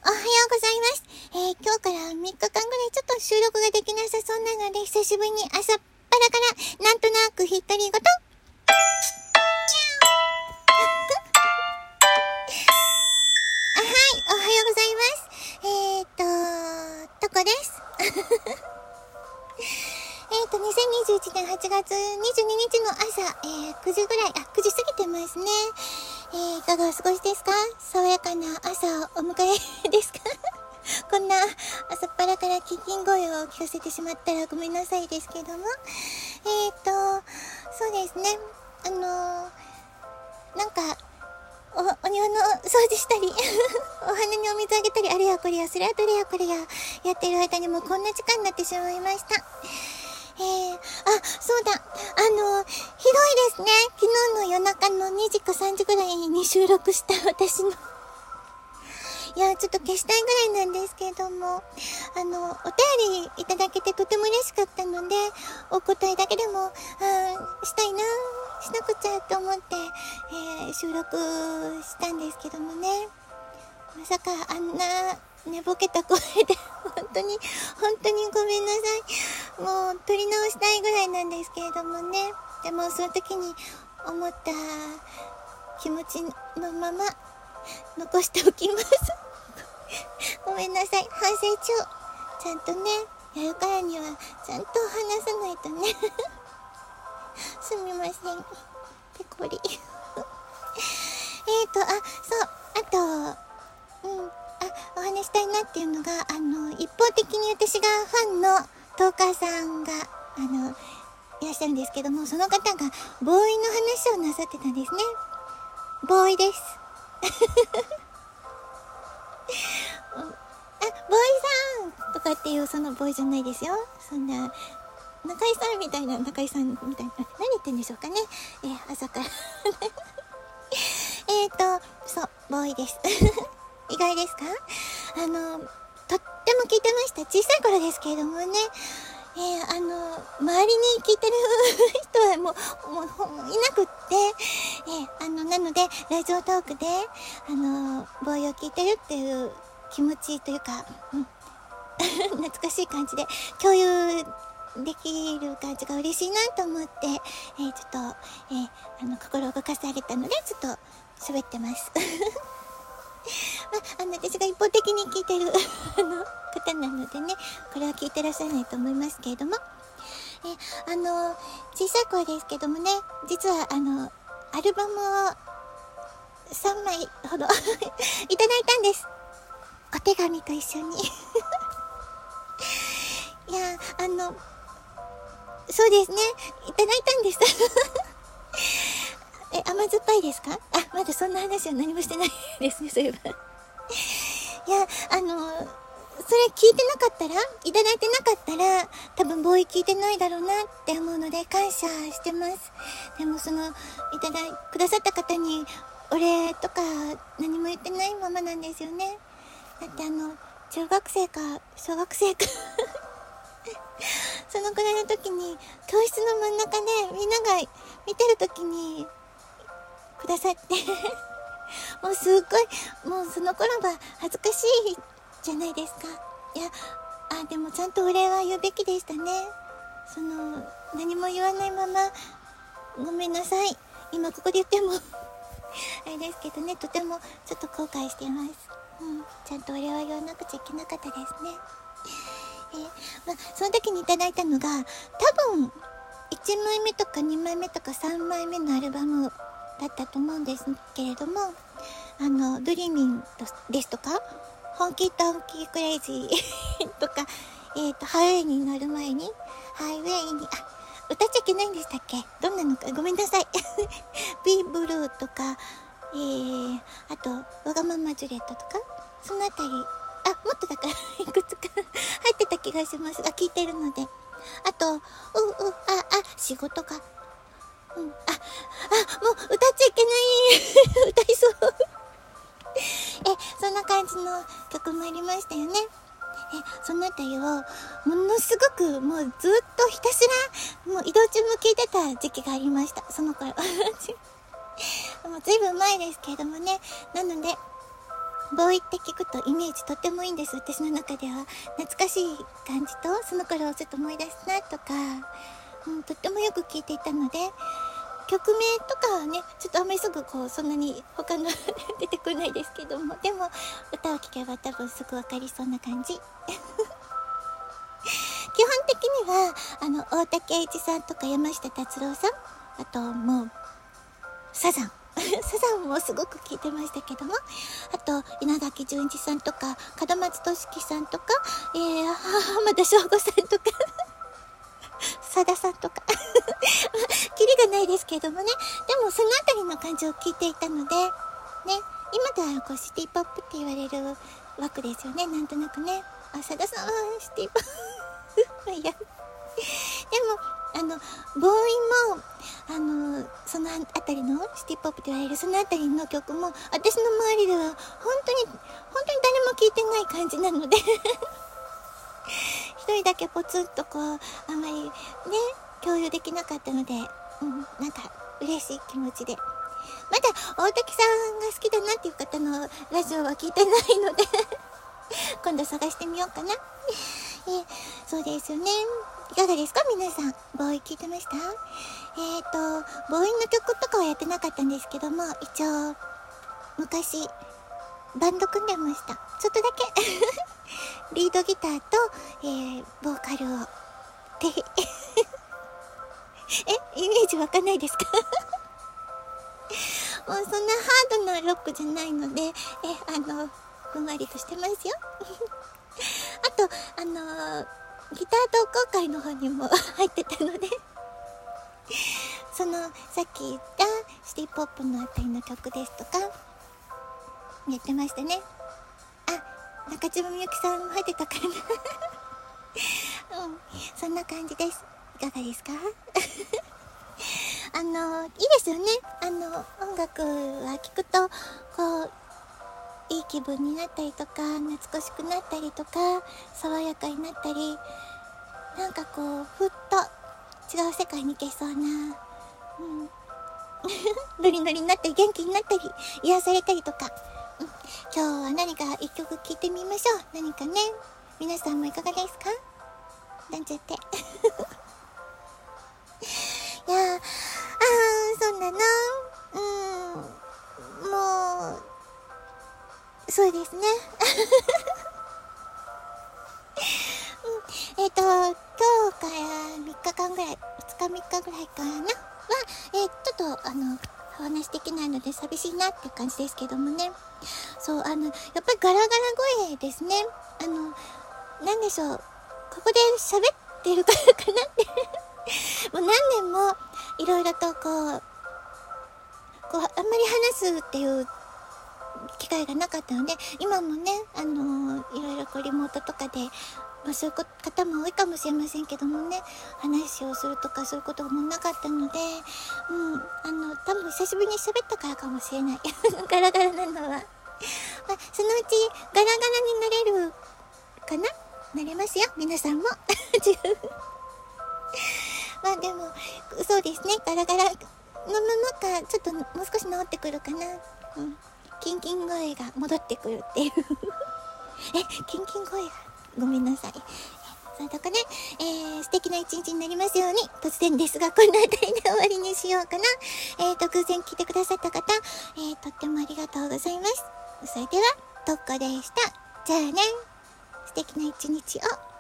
おはようございます。今日から3日間ぐらいちょっと収録ができなさそうなので、久しぶりに朝っぱらからなんとなく独り言。はい、おはようございます。とこです。2021年8月22日の朝、9時ぐらい、9時過ぎてますね。いかがお過ごしですか？爽やかな朝をお迎えですか？こんな朝っぱらからキキン声を聞かせてしまったらごめんなさいですけども。そうですね。なんか、お庭の掃除したり、お花にお水あげたり、あれやこれや、それやどれやこれや、やってる間にもうこんな時間になってしまいました。そうだ。ひどいですね。昨日の夜中の2時か3時ぐらいに収録した私の。いや、ちょっと消したいぐらいなんですけども、お便りいただけてとても嬉しかったので、お答えだけでも、したいな、しなくちゃと思って、収録したんですけどもね。まさかあんな寝ぼけた声で本当にごめんなさい。もう撮り直したいぐらいなんですけれどもね。でもその時に思った気持ちのまま残しておきます。ごめんなさい。反省中。ちゃんとね、やるからにはちゃんと話さないとね。すみません。ペコリ。お話したいなっていうのが、一方的に私がファンのトーカーさんが、いらっしゃるんですけども、その方がボーイの話をなさってたんですね。ボーイです。ボーイさんとかっていうそのボーイじゃないですよ。そんな、中井さんみたいな、中井さんみたいな、何言ってんでしょうかね。朝から。そう、ボーイです。意外ですか？とっても聞いてました。小さい頃ですけれどもね。周りに聞いてる人はもういなくって、なので、ラジオトークで、ボーイを聞いてるっていう気持ちというか、懐かしい感じで共有できる感じが嬉しいなと思って、ちょっと、心を動かされたので、ちょっと喋ってます。私が一方的に聞いてる方なのでね、これは聞いてらっしゃらないと思いますけれども、小さい頃ですけどもね、実はアルバムを3枚ほどいただいたんです。お手紙と一緒に。いや、そうですね、いただいたんです。甘酸っぱいですか？まだそんな話は何もしてないですね、そういえば。いや、それ聞いてなかったら、いただいてなかったら、多分ボーイ聞いてないだろうなって思うので感謝してます。でもくださった方にお礼とか何も言ってないままなんですよね。だって中学生か小学生かそのくらいの時に教室の真ん中でみんなが見てる時にくださってもうすっごい、もうその頃は恥ずかしいじゃないですか。いや、でもちゃんとお礼は言うべきでしたね。何も言わないままごめんなさい。今ここで言ってもあれですけどね、とてもちょっと後悔しています。ちゃんとお礼は言わなくちゃいけなかったですね。その時にいただいたのが、多分1枚目とか2枚目とか3枚目のアルバムだったと思うんですけれども、ドリーミンですとか、ホンキートンキークレイジーとか、ハイウェイに乗る前に、歌っちゃいけないんでしたっけ？どんなのかごめんなさい。ビーブルーとか、あと、わがままジュレットとか、そのあたり、もっとだからいくつか入ってた気がしますが、聞いてるので。あと、仕事が。もう歌っちゃいけない歌いそうそんな感じの曲もありましたよね。そのあたりをものすごくもうずっとひたすらもう移動中も聴いてた時期がありました。その頃もうずいぶん前ですけれどもね。なのでボーイって聞くとイメージとってもいいんです。私の中では懐かしい感じとその頃をちょっと思い出すなとか、とってもよく聞いていたので、曲名とかはねちょっとあんまりすぐそんなに他の出てこないですけども、でも歌を聴けば多分すぐ分かりそうな感じ基本的には大竹栄一さんとか山下達郎さん、あともうサザンサザンもすごく聴いてましたけども、あと稲垣潤一さんとか門松俊樹さんとか、浜田省吾さんとかさださんとかキリがないですけどもね。でもそのあたりの感じを聞いていたのでね、今ではシティポップって言われる枠ですよね、なんとなくね。さださんはシティポップいやでもボーイもそのあたりのシティポップと言われるそのあたりの曲も私の周りでは本当に誰も聴いてない感じなので一人だけポツンとあんまりね共有できなかったので、なんか嬉しい気持ちで、まだ大竹さんが好きだなっていう方のラジオは聞いてないので今度探してみようかな。そうですよね。いかがですか皆さん、ボーイ聞いてました？ボーイの曲とかはやってなかったんですけども、一応昔バンド組んでました。ちょっとだけリードギターと、ボーカルをぜひイメージわかんないですかもうそんなハードなロックじゃないのでふんわりとしてますよあとギター同好会の方にも入ってたのでそのさっき言ったシティポップのあたりの曲ですとかやってましたね。中島みゆきさんも入ってたからなそんな感じです。いかがですかいいですよね。音楽は聴くといい気分になったりとか懐かしくなったりとか爽やかになったり、なんかふっと違う世界に行けそうな、ノリノリになったり元気になったり癒されたりとか、今日は何か一曲聴いてみましょう。何かね、皆さんもいかがですか？なんちゃっていやそうなの。もうそうですね今日から3日間ぐらい2日3日ぐらいかなはちょっとお話できないので寂しいなっていう感じですけどもね。そうやっぱりガラガラ声ですね。なんでしょう、ここで喋ってるからかなってもう何年もいろいろとあんまり話すっていう機会がなかったので、今もねいろいろリモートとかで、そういう方も多いかもしれませんけどもね、話をするとかそういうこともなかったので、多分久しぶりに喋ったからかもしれないガラガラなのはそのうちガラガラになれるかな、なれますよ皆さんもでもそうですね、ガラガラのままかちょっともう少し治ってくるかな。キンキン声が戻ってくるっていうキンキン声がごめんなさい。そうとかね、素敵な一日になりますように。突然ですがこんなあたりで終わりにしようかな。偶然聞いてくださった方、とってもありがとうございます。それではとっこでした。じゃあね、素敵な一日を。